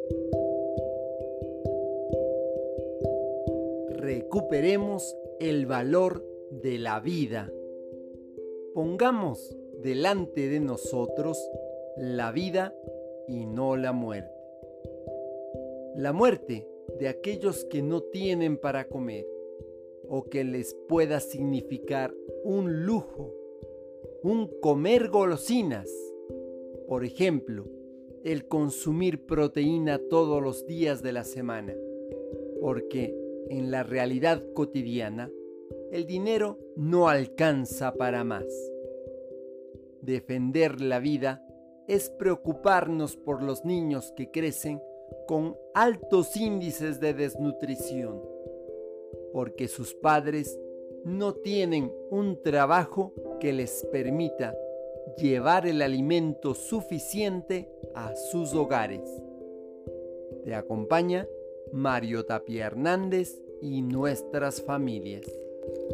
Recuperemos el valor de la vida. Pongamos delante de nosotros la vida y no la muerte. La muerte de aquellos que no tienen para comer o que les pueda significar un lujo, un comer golosinas. Por ejemplo, el consumir proteína todos los días de la semana, porque en la realidad cotidiana el dinero no alcanza para más. Defender la vida es preocuparnos por los niños que crecen con altos índices de desnutrición, porque sus padres no tienen un trabajo que les permita llevar el alimento suficiente a sus hogares. Te acompaña Mario Tapia Hernández y nuestras familias.